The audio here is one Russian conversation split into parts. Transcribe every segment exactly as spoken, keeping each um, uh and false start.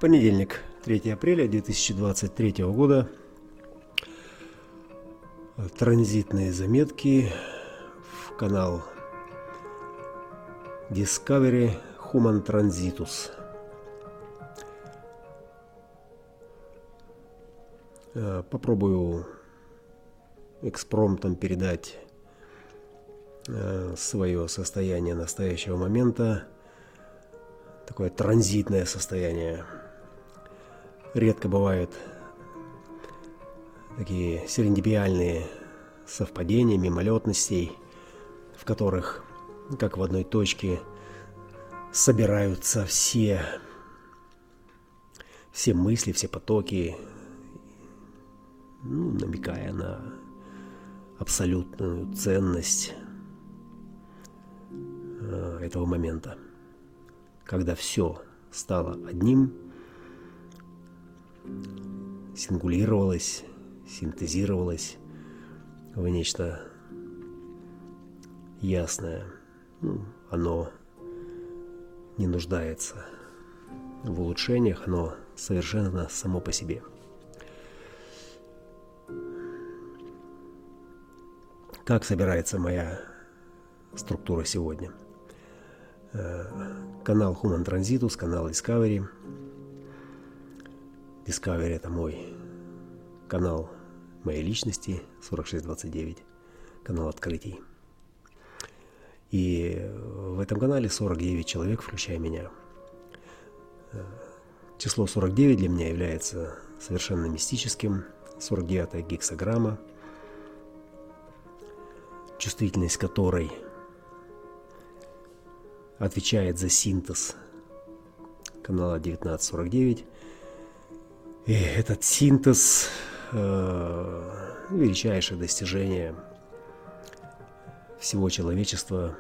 Понедельник, третьего апреля две тысячи двадцать третьего года. Транзитные заметки в канал Discovery Human Transitus. Попробую экспромтом передать свое состояние настоящего момента, такое транзитное состояние. Редко бывают такие серендипиальные совпадения, мимолетностей, в которых, как в одной точке, собираются все, все мысли, все потоки, ну, намекая на абсолютную ценность э, этого момента, когда все стало одним, сингулировалось, синтезировалось в нечто ясное. Ну, оно не нуждается в улучшениях, оно совершенно само по себе. Как собирается моя структура сегодня? Канал Human Transitus, канал Discovery. Discovery — это мой канал моей личности, сорок шесть двадцать девять, канал открытий. И в этом канале сорок девять человек, включая меня. Число сорок девять для меня является совершенно мистическим. сорок девятая гексаграмма, чувствительность которой отвечает за синтез канала девятнадцать сорок девять. И этот синтез э, величайшее достижение всего человечества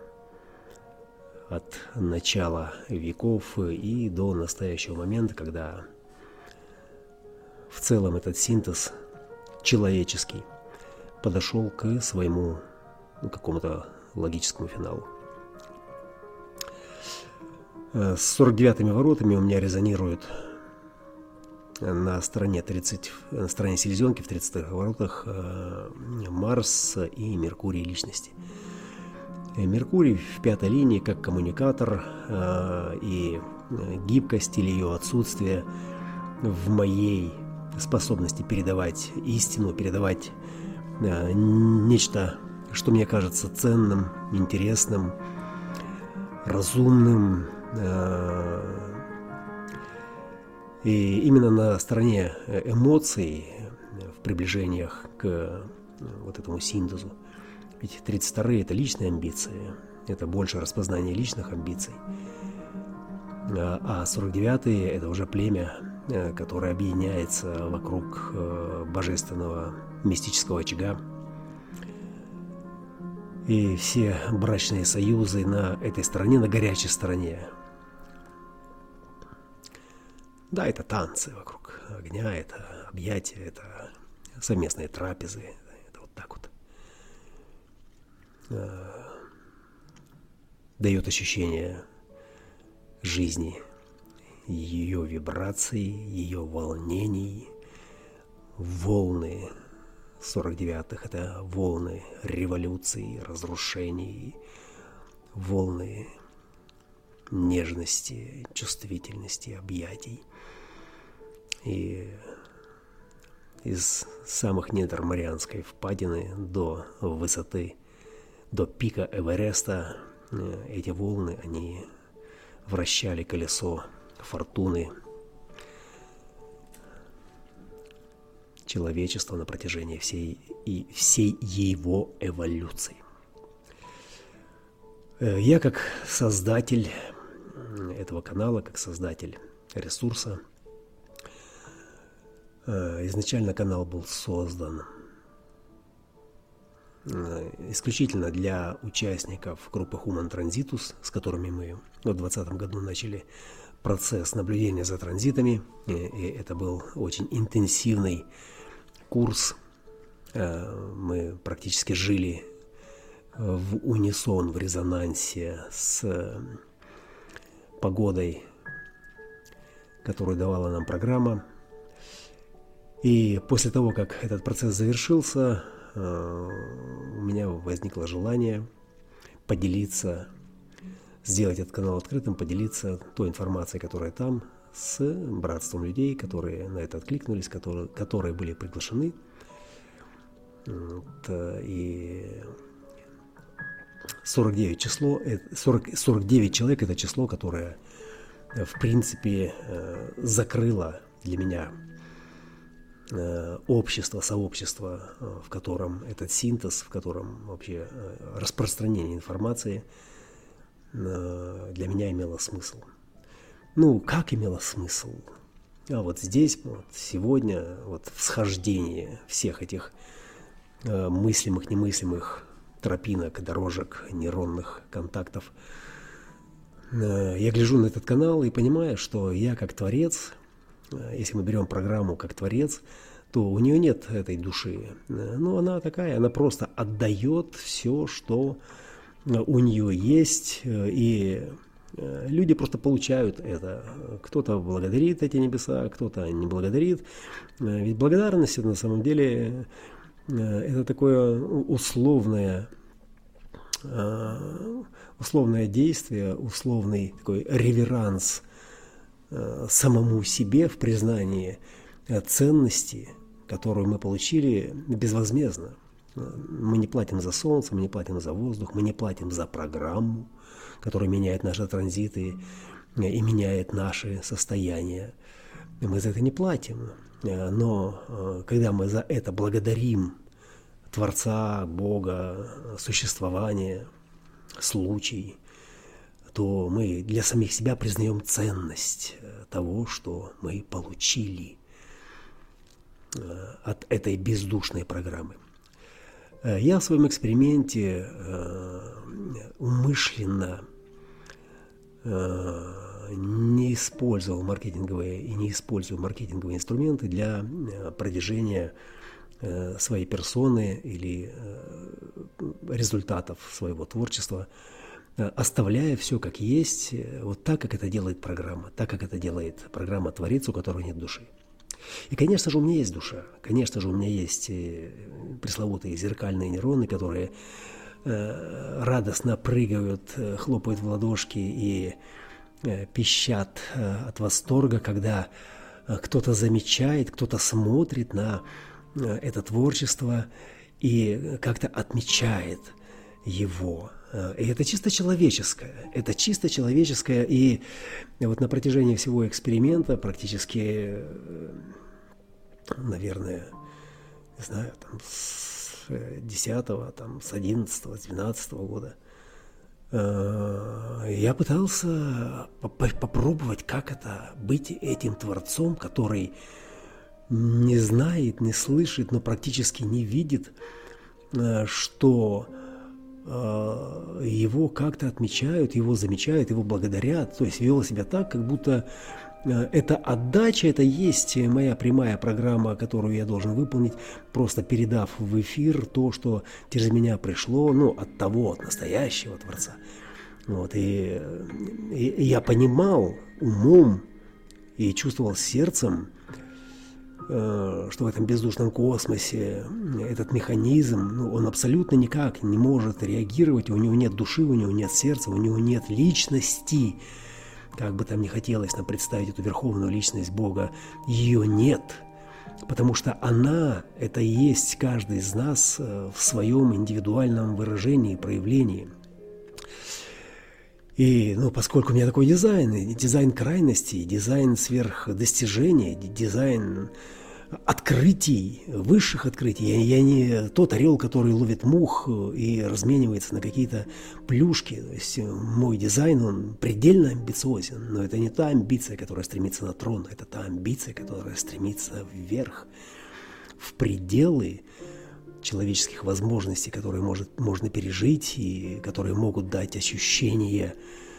от начала веков и до настоящего момента, когда в целом этот синтез человеческий подошел к своему, ну, какому-то логическому финалу. С сорок девятыми воротами у меня резонирует на стороне тридцать, на стороне селезенки в тридцатых воротах Марс и Меркурий личности. Меркурий в пятой линии как коммуникатор, и гибкость или ее отсутствие в моей способности передавать истину, передавать нечто, что мне кажется ценным, интересным, разумным. И именно на стороне эмоций, в приближениях к вот этому синтезу. Ведь тридцать вторые — это личные амбиции, это больше распознание личных амбиций. А сорок девятые — это уже племя, которое объединяется вокруг божественного мистического очага. И все брачные союзы на этой стороне, на горячей стороне. Да, это танцы вокруг огня, это объятия, это совместные трапезы, это вот так вот. Дает ощущение жизни, ее вибраций, ее волнений, волны сорок девятых — это волны революции, разрушений, волны нежности, чувствительности, объятий. И из самых недр Марианской впадины до высоты, до пика Эвереста эти волны, они вращали колесо фортуны человечества на протяжении всей и всей его эволюции. Я как создатель этого канала, как создатель ресурса, изначально канал был создан исключительно для участников группы Human Transitus, с которыми мы в двадцатом году начали процесс наблюдения за транзитами. И это был очень интенсивный курс. Мы практически жили в унисон, в резонансе с погодой которую давала нам программа. И после того, как этот процесс завершился, у меня возникло желание поделиться, сделать этот канал открытым, поделиться той информацией, которая там, с братством людей, которые на это откликнулись, которые, которые были приглашены. Вот, и сорок девять число, сорок, сорок девять человек – это число, которое, в принципе, закрыло для меня общество, сообщество, в котором этот синтез, в котором вообще распространение информации для меня имело смысл. Ну, как имело смысл? А вот здесь, вот сегодня, вот в схождении всех этих мыслимых, немыслимых тропинок, дорожек, нейронных контактов, я гляжу на этот канал и понимаю, что я как творец, если мы берем программу как творец, то у нее нет этой души. Но она такая, она просто отдает все, что у нее есть, и люди просто получают это. Кто-то благодарит эти небеса, кто-то не благодарит. Ведь благодарность, это на самом деле, это такое условное, условное действие, условный такой реверанс самому себе в признании ценности, которую мы получили безвозмездно. Мы не платим за солнце, мы не платим за воздух, мы не платим за программу, которая меняет наши транзиты и меняет наши состояния. Мы за это не платим. Но когда мы за это благодарим Творца, Бога, существование, случай, то мы для самих себя признаем ценность того, что мы получили от этой бездушной программы. Я в своем эксперименте умышленно не использовал маркетинговые и не использую маркетинговые инструменты для продвижения своей персоны или результатов своего творчества, оставляя все как есть, вот так, как это делает программа, так, как это делает программа «Творец», у которой нет души. И, конечно же, у меня есть душа, конечно же, у меня есть пресловутые зеркальные нейроны, которые радостно прыгают, хлопают в ладошки и пищат от восторга, когда кто-то замечает, кто-то смотрит на это творчество и как-то отмечает его. И это чисто человеческое, это чисто человеческое, и вот на протяжении всего эксперимента, практически, наверное, не знаю, там, с десятого, там, с одиннадцатого, с двенадцатого года, я пытался попробовать, как это быть этим творцом, который не знает, не слышит, но практически не видит, что его как-то отмечают, его замечают, его благодарят, то есть вел себя так, как будто эта отдача, это есть моя прямая программа, которую я должен выполнить, просто передав в эфир то, что через меня пришло, ну, от того, от настоящего Творца. Вот, и, и я понимал умом и чувствовал сердцем, что в этом бездушном космосе этот механизм, ну, он абсолютно никак не может реагировать, у него нет души, у него нет сердца, у него нет личности. Как бы там ни хотелось нам представить эту верховную личность Бога, ее нет, потому что она, это и есть каждый из нас в своем индивидуальном выражении, проявлении. И, ну, поскольку у меня такой дизайн, дизайн крайностей, дизайн сверхдостижений, дизайн открытий, высших открытий, я, я не тот орел, который ловит мух и разменивается на какие-то плюшки. То есть мой дизайн, он предельно амбициозен, но это не та амбиция, которая стремится на трон, это та амбиция, которая стремится вверх, в пределы человеческих возможностей, которые может, можно пережить и которые могут дать ощущение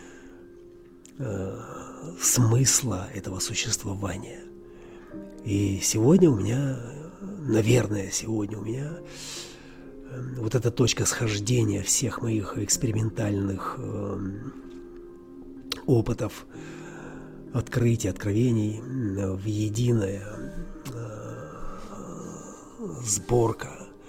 э, смысла этого существования. И сегодня у меня, наверное, сегодня у меня э, вот эта точка схождения всех моих экспериментальных э, опытов открытий, откровений в единое. Сборка.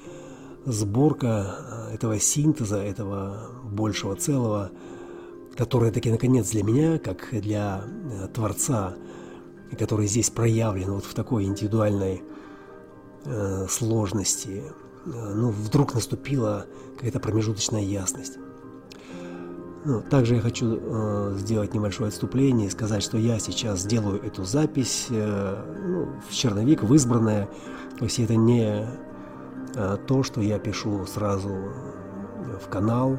Сборка этого синтеза, этого большего целого, которое таки наконец для меня, как для Творца, который здесь проявлен вот в такой индивидуальной э, сложности, ну, вдруг наступила какая-то промежуточная ясность. Ну, также я хочу э, сделать небольшое отступление и сказать, что я сейчас делаю эту запись э, ну, в черновик, в избранное. То есть это не э, то, что я пишу сразу в канал.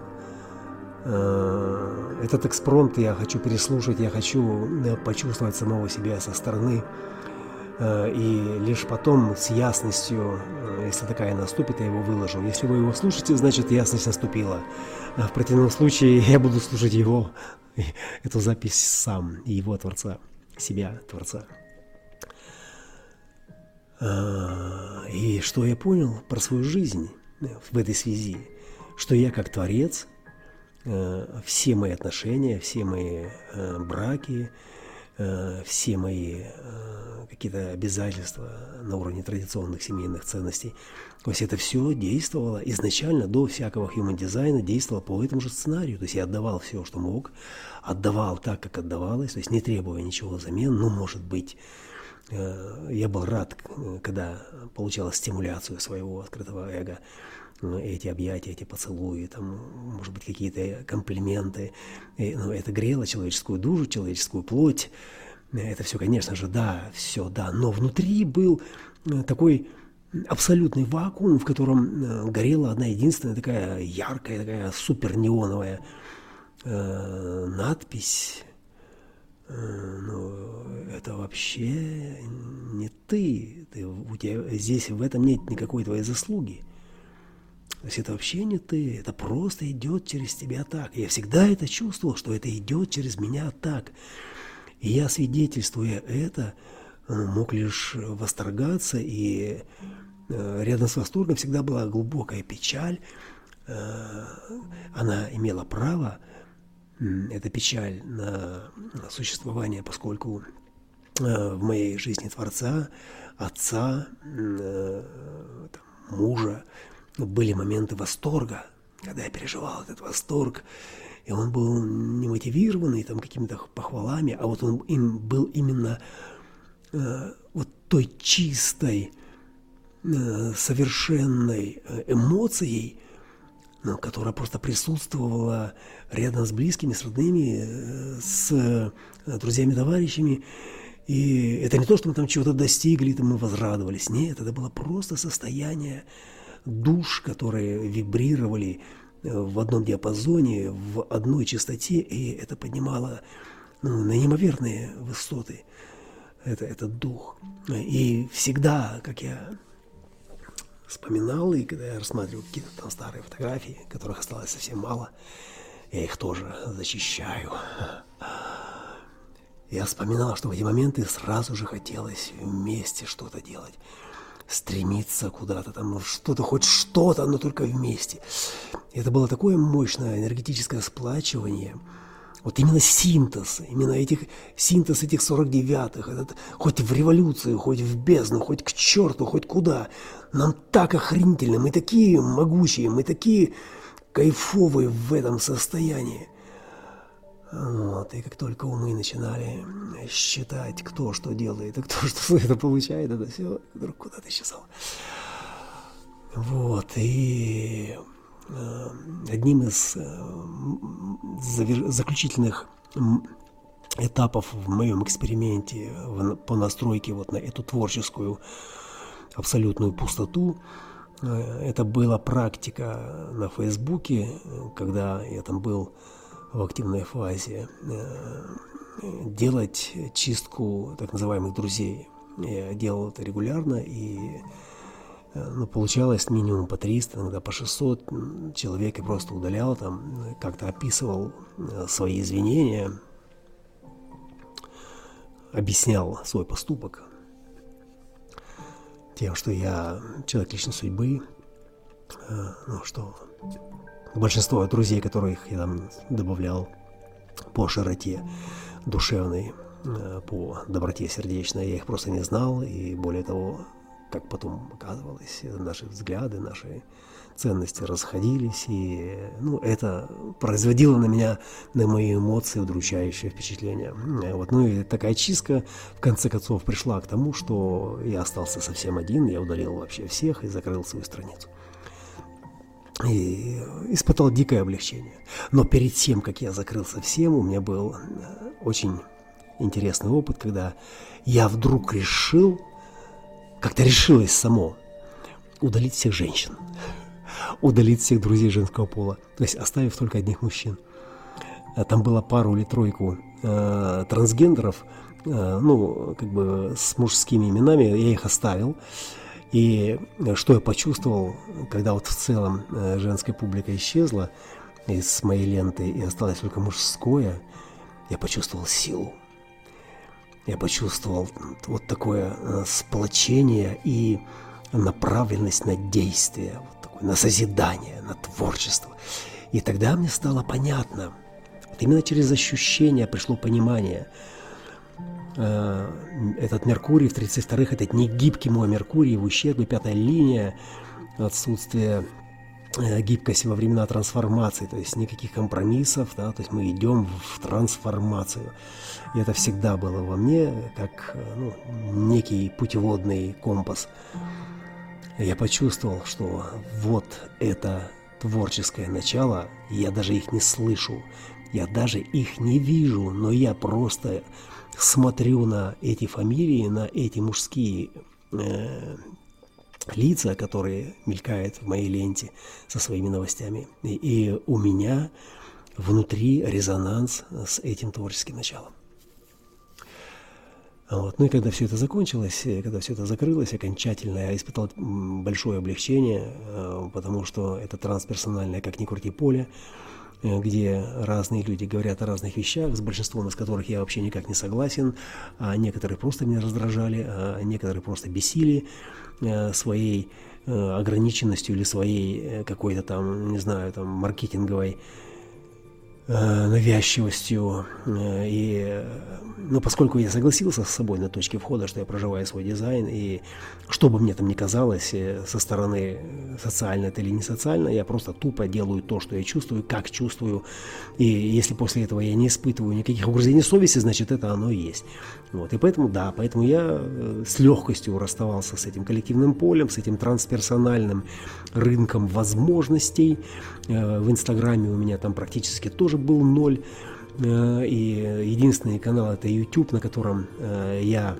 Э, этот экспромт я хочу переслушать, я хочу почувствовать самого себя со стороны. Э, и лишь потом с ясностью, э, если такая наступит, я его выложу. Если вы его слушаете, значит ясность наступила. А в противном случае я буду слушать его, эту запись сам, его Творца, себя Творца. И что я понял про свою жизнь в этой связи, что я как Творец, все мои отношения, все мои браки, все мои какие-то обязательства на уровне традиционных семейных ценностей, то есть это все действовало изначально, до всякого human дизайна, действовало по этому же сценарию. То есть я отдавал все, что мог, отдавал так, как отдавалось, то есть не требуя ничего взамен. Ну, может быть, я был рад, когда получал стимуляцию своего открытого эго, эти объятия, эти поцелуи, там, может быть, какие-то комплименты. И, ну, это грело человеческую душу, человеческую плоть. Это все, конечно же, да, все, да. Но внутри был такой абсолютный вакуум, в котором горела одна единственная такая яркая, такая супер неоновая э, надпись. Э, ну, это вообще не ты. ты. У тебя здесь в этом нет никакой твоей заслуги. То есть это вообще не ты, это просто идет через тебя так. Я всегда это чувствовал, что это идет через меня так. И я, свидетельствуя это, мог лишь восторгаться, и рядом с восторгом всегда была глубокая печаль. Она имела право, эта печаль, на существование, поскольку в моей жизни Творца, Отца, мужа были моменты восторга, когда я переживал этот восторг, и он был не мотивированный там какими-то похвалами, а вот он им был именно э, вот той чистой, э, совершенной эмоцией, ну, которая просто присутствовала рядом с близкими, с родными, э, с э, друзьями, товарищами. И это не то, что мы там чего-то достигли, там мы возрадовались. Нет, это было просто состояние душ, которые вибрировали в одном диапазоне, в одной частоте, и это поднимало, ну, на неимоверные высоты это, этот дух. И всегда, как я вспоминал, и когда я рассматривал какие-то там старые фотографии, которых осталось совсем мало, я их тоже зачищаю. Я вспоминал, что в эти моменты сразу же хотелось вместе что-то делать. Стремиться куда-то там, что-то, хоть что-то, но только вместе. И это было такое мощное энергетическое сплачивание. Вот именно синтез, именно этих, синтез этих сорок девятых, этот, хоть в революцию, хоть в бездну, хоть к черту, хоть куда. Нам так охренительно, мы такие могучие, мы такие кайфовые в этом состоянии. Вот, и как только умы начинали считать, кто что делает, и кто что это получает, это все вдруг куда-то исчезало. Вот, и э, одним из э, завер... заключительных этапов в моем эксперименте в, по настройке вот на эту творческую абсолютную пустоту, э, это была практика на Фейсбуке, когда я там был в активной фазе, делать чистку так называемых друзей. Я делал это регулярно, и, ну, получалось минимум по триста, иногда по шестьсот человек, и просто удалял, там как-то описывал свои извинения, объяснял свой поступок тем, что я человек личной судьбы, ну, что большинство друзей, которых я там добавлял по широте душевной, по доброте сердечной, я их просто не знал, и более того, как потом оказывалось, наши взгляды, наши ценности расходились, и ну, это производило на меня, на мои эмоции удручающее впечатление. Вот. Ну и такая чистка в конце концов пришла к тому, что я остался совсем один, я удалил вообще всех и закрыл свою страницу. И испытал дикое облегчение. Но перед тем, как я закрыл совсем, у меня был очень интересный опыт, когда я вдруг решил, как-то решилось само, удалить всех женщин. Удалить всех друзей женского пола, то есть оставив только одних мужчин. Там было пару или тройку э, трансгендеров, э, ну, как бы с мужскими именами, я их оставил. И что я почувствовал, когда вот в целом э, женская публика исчезла из моей ленты и осталось только мужское, я почувствовал силу. Я почувствовал вот такое э, сплочение и направленность на действие, вот такое, на созидание, на творчество. И тогда мне стало понятно, вот именно через ощущение пришло понимание. Э, этот Меркурий в тридцать вторых, этот негибкий мой Меркурий в ущербе, пятая линия, отсутствие э, гибкости во времена трансформации, то есть никаких компромиссов, да, то есть мы идем в трансформацию. И это всегда было во мне, как ну, некий путеводный компас. Я почувствовал, что вот это творческое начало, я даже их не слышу, я даже их не вижу, но я просто смотрю на эти фамилии, на эти мужские э, лица, которые мелькают в моей ленте со своими новостями. И, и у меня внутри резонанс с этим творческим началом. Вот. Ну и когда все это закончилось, когда все это закрылось окончательно, я испытал большое облегчение, потому что это трансперсональное, как ни крути, поле, где разные люди говорят о разных вещах, с большинством из которых я вообще никак не согласен, а некоторые просто меня раздражали, а некоторые просто бесили своей ограниченностью или своей какой-то там, не знаю, там маркетинговой навязчивостью. И, ну, поскольку я согласился с собой на точке входа, что я проживаю свой дизайн, и что бы мне там ни казалось со стороны, социально это или не социально, я просто тупо делаю то, что я чувствую, как чувствую, и если после этого я не испытываю никаких угрызений совести, значит, это оно и есть. Вот. И поэтому, да, поэтому я с легкостью расставался с этим коллективным полем, с этим трансперсональным рынком возможностей. В Инстаграме у меня там практически тоже был ноль, и единственный канал — это YouTube, на котором я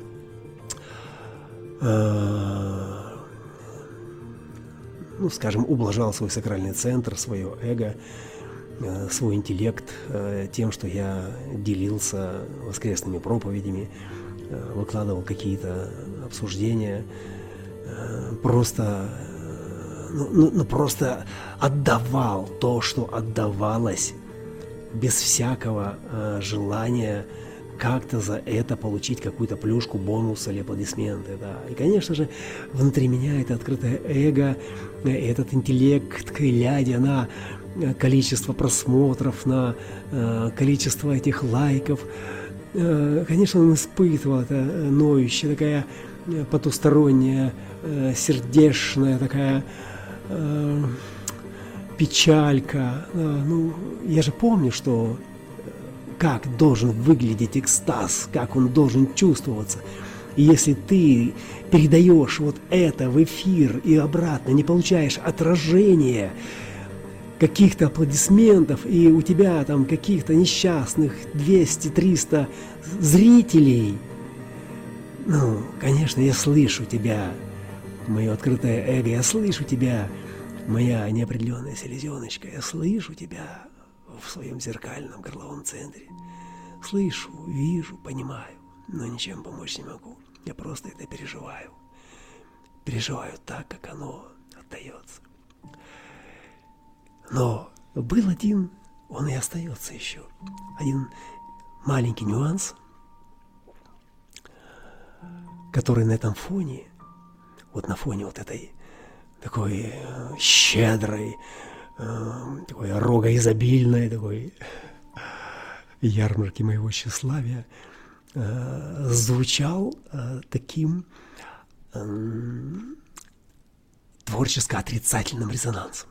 ну, скажем, ублажал свой сакральный центр, свое эго, свой интеллект тем, что я делился воскресными проповедями, выкладывал какие-то обсуждения, просто, ну, ну, ну, просто отдавал то, что отдавалось, без всякого э, желания как-то за это получить какую-то плюшку, бонус или аплодисменты. Да. И, конечно же, внутри меня это открытое эго, этот интеллект, глядя на количество просмотров, на э, количество этих лайков, э, конечно, он испытывал это ноющая, такая потусторонняя, э, сердечная такая э, печалька. Э, ну, я же помню, что как должен выглядеть экстаз, как он должен чувствоваться. И если ты передаешь вот это в эфир и обратно, не получаешь отражения, каких-то аплодисментов, и у тебя там каких-то несчастных двести-триста зрителей, ну, конечно, я слышу тебя, мое открытое эго, я слышу тебя, моя неопределенная селезеночка, я слышу тебя в своем зеркальном горловом центре. Слышу, вижу, понимаю, но ничем помочь не могу. Я просто это переживаю. Переживаю так, как оно отдается. Но был один, он и остается еще, один маленький нюанс, который на этом фоне, вот на фоне вот этой такой щедрой, такой рогоизобильной, такой ярмарки моего тщеславия, э, звучал э, таким э, творческо-отрицательным резонансом.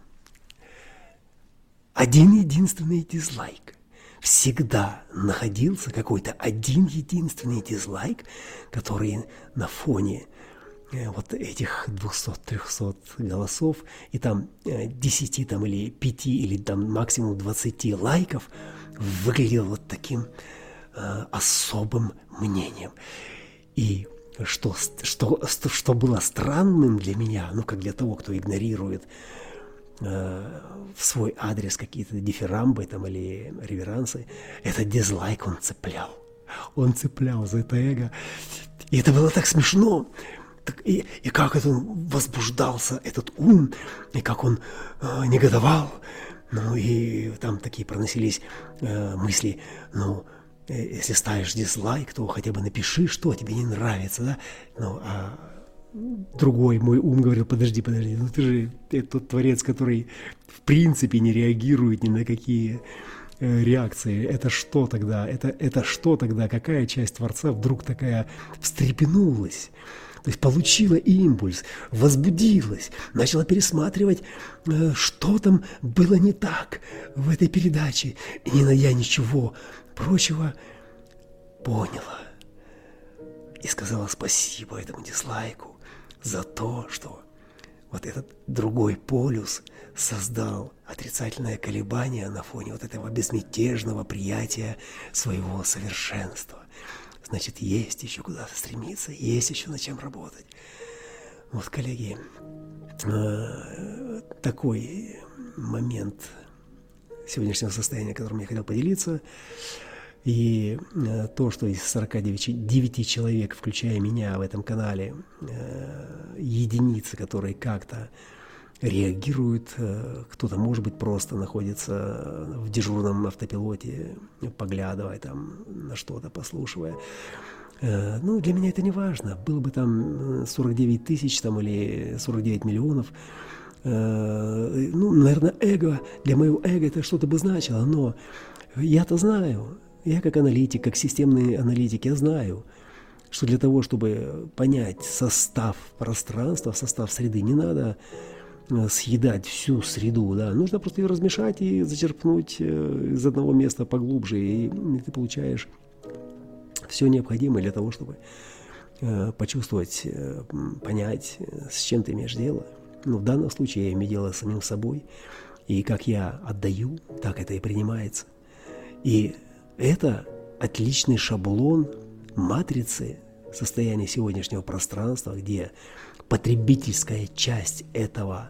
Один единственный дизлайк. Всегда находился какой-то один единственный дизлайк, который на фоне вот этих двухсот-трехсот голосов и там десяти там, или пяти или там максимум двадцати лайков выглядел вот таким э, особым мнением. И что, что, что было странным для меня, ну как для того, кто игнорирует э, в свой адрес какие-то дифирамбы там, или реверансы, этот дизлайк он цеплял. Он цеплял за это эго. И это было так смешно. И, и как это он возбуждался, этот ум, и как он э, негодовал. Ну и там такие проносились э, мысли, ну, э, если ставишь дизлайк, то хотя бы напиши, что тебе не нравится, да? Ну, а другой мой ум говорил, подожди, подожди, ну ты же ты тот творец, который в принципе не реагирует ни на какие э, реакции. Это что тогда? Это, это что тогда? Какая часть Творца вдруг такая встрепенулась? То есть получила импульс, возбудилась, начала пересматривать, что там было не так в этой передаче. И не найдя ничего прочего, поняла. И сказала спасибо этому дизлайку за то, что вот этот другой полюс создал отрицательное колебание на фоне вот этого безмятежного приятия своего совершенства. Значит, есть еще куда стремиться, есть еще над чем работать. Вот, коллеги, такой момент сегодняшнего состояния, которым я хотел поделиться. И то, что из сорока девяти человек, включая меня в этом канале, единицы, которые как-то реагируют, кто-то, может быть, просто находится в дежурном автопилоте, поглядывая там на что-то, послушивая. Ну, для меня это не важно. Было бы там сорок девять тысяч там, или сорок девять миллионов. Ну, наверное, эго, для моего эго это что-то бы значило, но я-то знаю, я как аналитик, как системный аналитик, я знаю, что для того, чтобы понять состав пространства, состав среды, не надо съедать всю среду, да, нужно просто ее размешать и зачерпнуть из одного места поглубже, и ты получаешь все необходимое для того, чтобы почувствовать, понять, с чем ты имеешь дело. Но в данном случае я имею дело с самим собой, и как я отдаю, так это и принимается. И это отличный шаблон матрицы состояния сегодняшнего пространства, где потребительская часть этого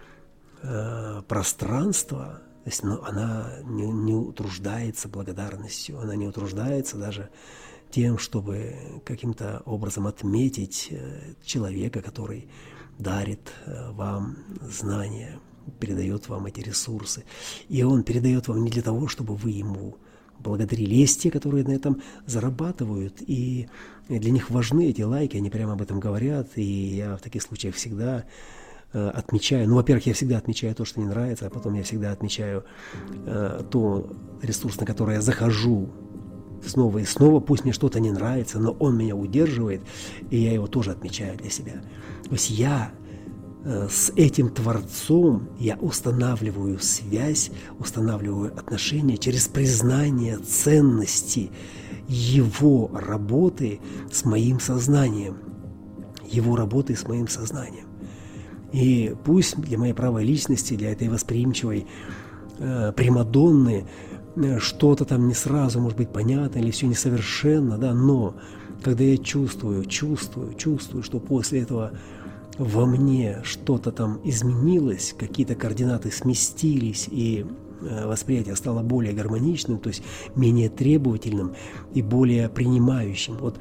э, пространства, то есть, ну, она не, не утруждается благодарностью, она не утруждается даже тем, чтобы каким-то образом отметить э, человека, который дарит э, вам знания, передает вам эти ресурсы. И он передает вам не для того, чтобы вы ему благодарили. Есть те, которые на этом зарабатывают, и для них важны эти лайки, они прямо об этом говорят, и я в таких случаях всегда э, отмечаю, ну, во-первых, я всегда отмечаю то, что не нравится, а потом я всегда отмечаю э, то ресурс, на который я захожу снова и снова, пусть мне что-то не нравится, но он меня удерживает, и я его тоже отмечаю для себя. То есть я с этим Творцом я устанавливаю связь, устанавливаю отношения через признание ценности Его работы с моим сознанием. Его работы с моим сознанием. И пусть для моей правой личности, для этой восприимчивой э, примадонны э, что-то там не сразу может быть понятно или все несовершенно, да, но когда я чувствую, чувствую, чувствую, что после этого во мне что-то там изменилось, какие-то координаты сместились, и восприятие стало более гармоничным, то есть менее требовательным и более принимающим. Вот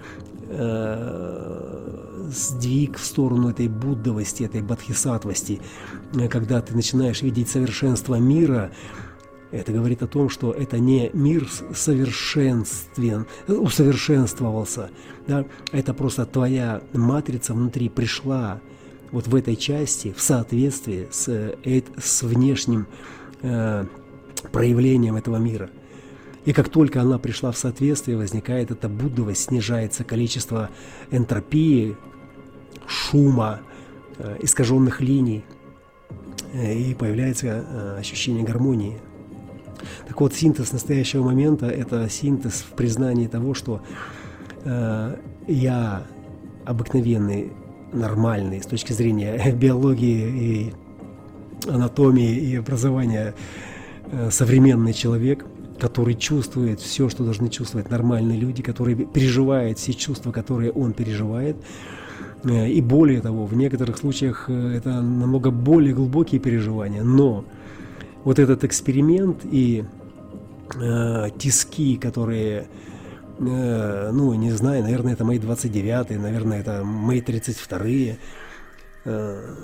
э, сдвиг в сторону этой буддовости, этой бодхисаттвости, когда ты начинаешь видеть совершенство мира, это говорит о том, что это не мир совершенствен, усовершенствовался, да? Это просто твоя матрица внутри пришла вот в этой части в соответствии с, с внешним э, проявлением этого мира. И как только она пришла в соответствие, возникает эта буддовость, снижается количество энтропии, шума, искаженных линий, и появляется ощущение гармонии. Так вот, синтез настоящего момента – это синтез в признании того, что э, я обыкновенный, нормальный с точки зрения биологии и анатомии и образования э, современный человек, который чувствует все, что должны чувствовать нормальные люди, который переживает все чувства, которые он переживает. И более того, в некоторых случаях это намного более глубокие переживания. Но вот этот эксперимент и э, тиски, которые, э, ну, не знаю, наверное, это мои двадцать девятые, наверное, это мои тридцать вторые, э,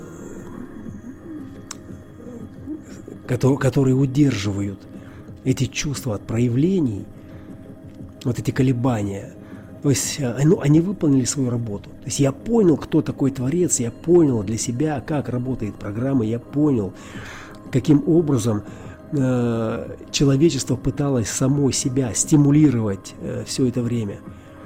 которые, которые удерживают эти чувства от проявлений, вот эти колебания. То есть ну, они выполнили свою работу. То есть я понял, кто такой Творец, я понял для себя, как работает программа, я понял, каким образом э, человечество пыталось само себя стимулировать э, все это время.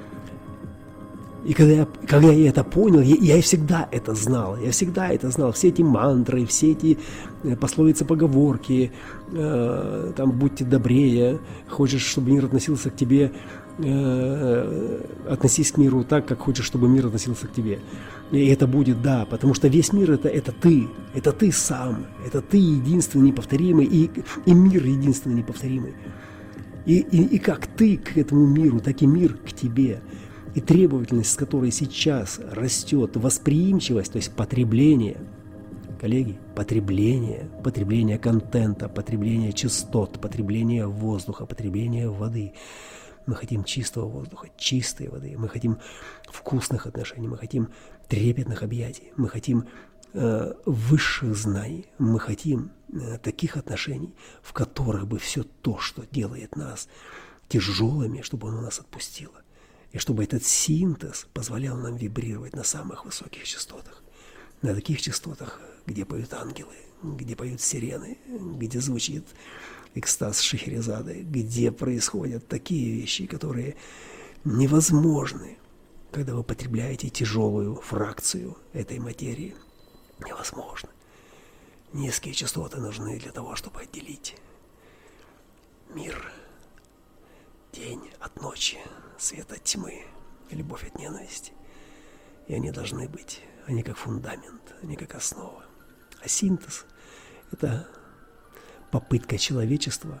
И когда я, когда я это понял, я, я всегда это знал, я всегда это знал. Все эти мантры, все эти пословицы, поговорки, э, там, будьте добрее, хочешь, чтобы мир относился к тебе, э, относись к миру так, как хочешь, чтобы мир относился к тебе. И это будет, да, потому что весь мир это, это ты, это ты сам, это ты единственный, неповторимый, и, и мир единственный, неповторимый. И, и, и как ты к этому миру, так и мир к тебе. И требовательность, с которой сейчас растет восприимчивость, то есть потребление, коллеги, потребление, потребление контента, потребление частот, потребление воздуха, потребление воды. Мы хотим чистого воздуха, чистой воды, мы хотим вкусных отношений, мы хотим трепетных объятий, мы хотим э, высших знаний, мы хотим э, таких отношений, в которых бы все то, что делает нас тяжелыми, чтобы оно нас отпустило. И чтобы этот синтез позволял нам вибрировать на самых высоких частотах, на таких частотах, где поют ангелы, где поют сирены, где звучит экстаз Шахерезады, где происходят такие вещи, которые невозможны, когда вы потребляете тяжелую фракцию этой материи. Невозможно. Низкие частоты нужны для того, чтобы отделить мир, день от ночи, свет от тьмы, любовь от ненависти. И они должны быть, они как фундамент, они как основа. А синтез – это попытка человечества,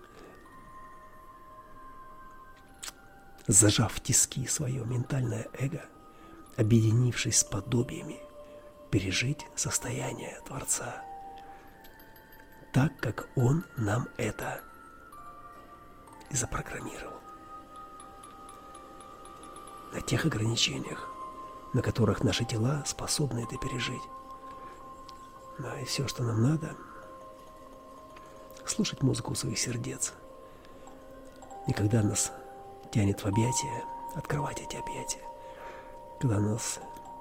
зажав в тиски свое ментальное эго, объединившись с подобиями, пережить состояние Творца так, как Он нам это и запрограммировал. На тех ограничениях, на которых наши тела способны это пережить. Ну и все, что нам надо, слушать музыку своих сердец. И когда нас тянет в объятия, открывать эти объятия. Когда нас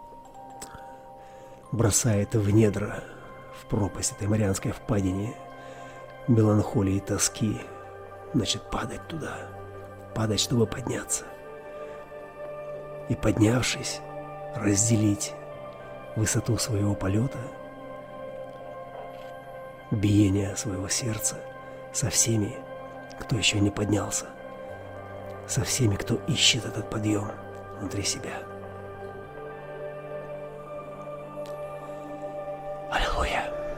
бросает в недра, в пропасть этой Марианской впадине меланхолии и тоски, значит, падать туда, падать, чтобы подняться. И, поднявшись, разделить высоту своего полета, биение своего сердца со всеми, кто еще не поднялся, со всеми, кто ищет этот подъем внутри себя. Аллилуйя!